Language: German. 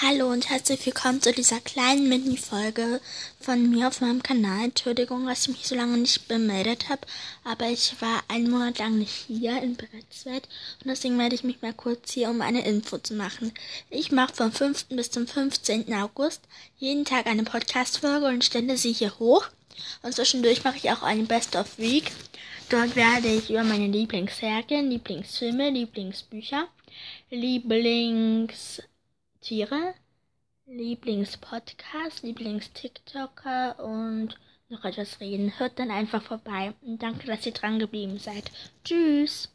Hallo und herzlich willkommen zu dieser kleinen Mini-Folge von mir auf meinem Kanal. Entschuldigung, dass ich mich so lange nicht bemeldet habe, aber ich war einen Monat lang nicht hier in Bretzfeld und deswegen melde ich mich mal kurz hier, um eine Info zu machen. Ich mache vom 5. bis zum 15. August jeden Tag eine Podcast-Folge und stelle sie hier hoch. Und zwischendurch mache ich auch eine Best-of-Week. Dort werde ich über meine Lieblingsserien, Lieblingsfilme, Lieblingsbücher, Lieblingstiere, Lieblingspodcast, Lieblings-TikToker und noch etwas reden. Hört dann einfach vorbei. Und danke, dass ihr dran geblieben seid. Tschüss!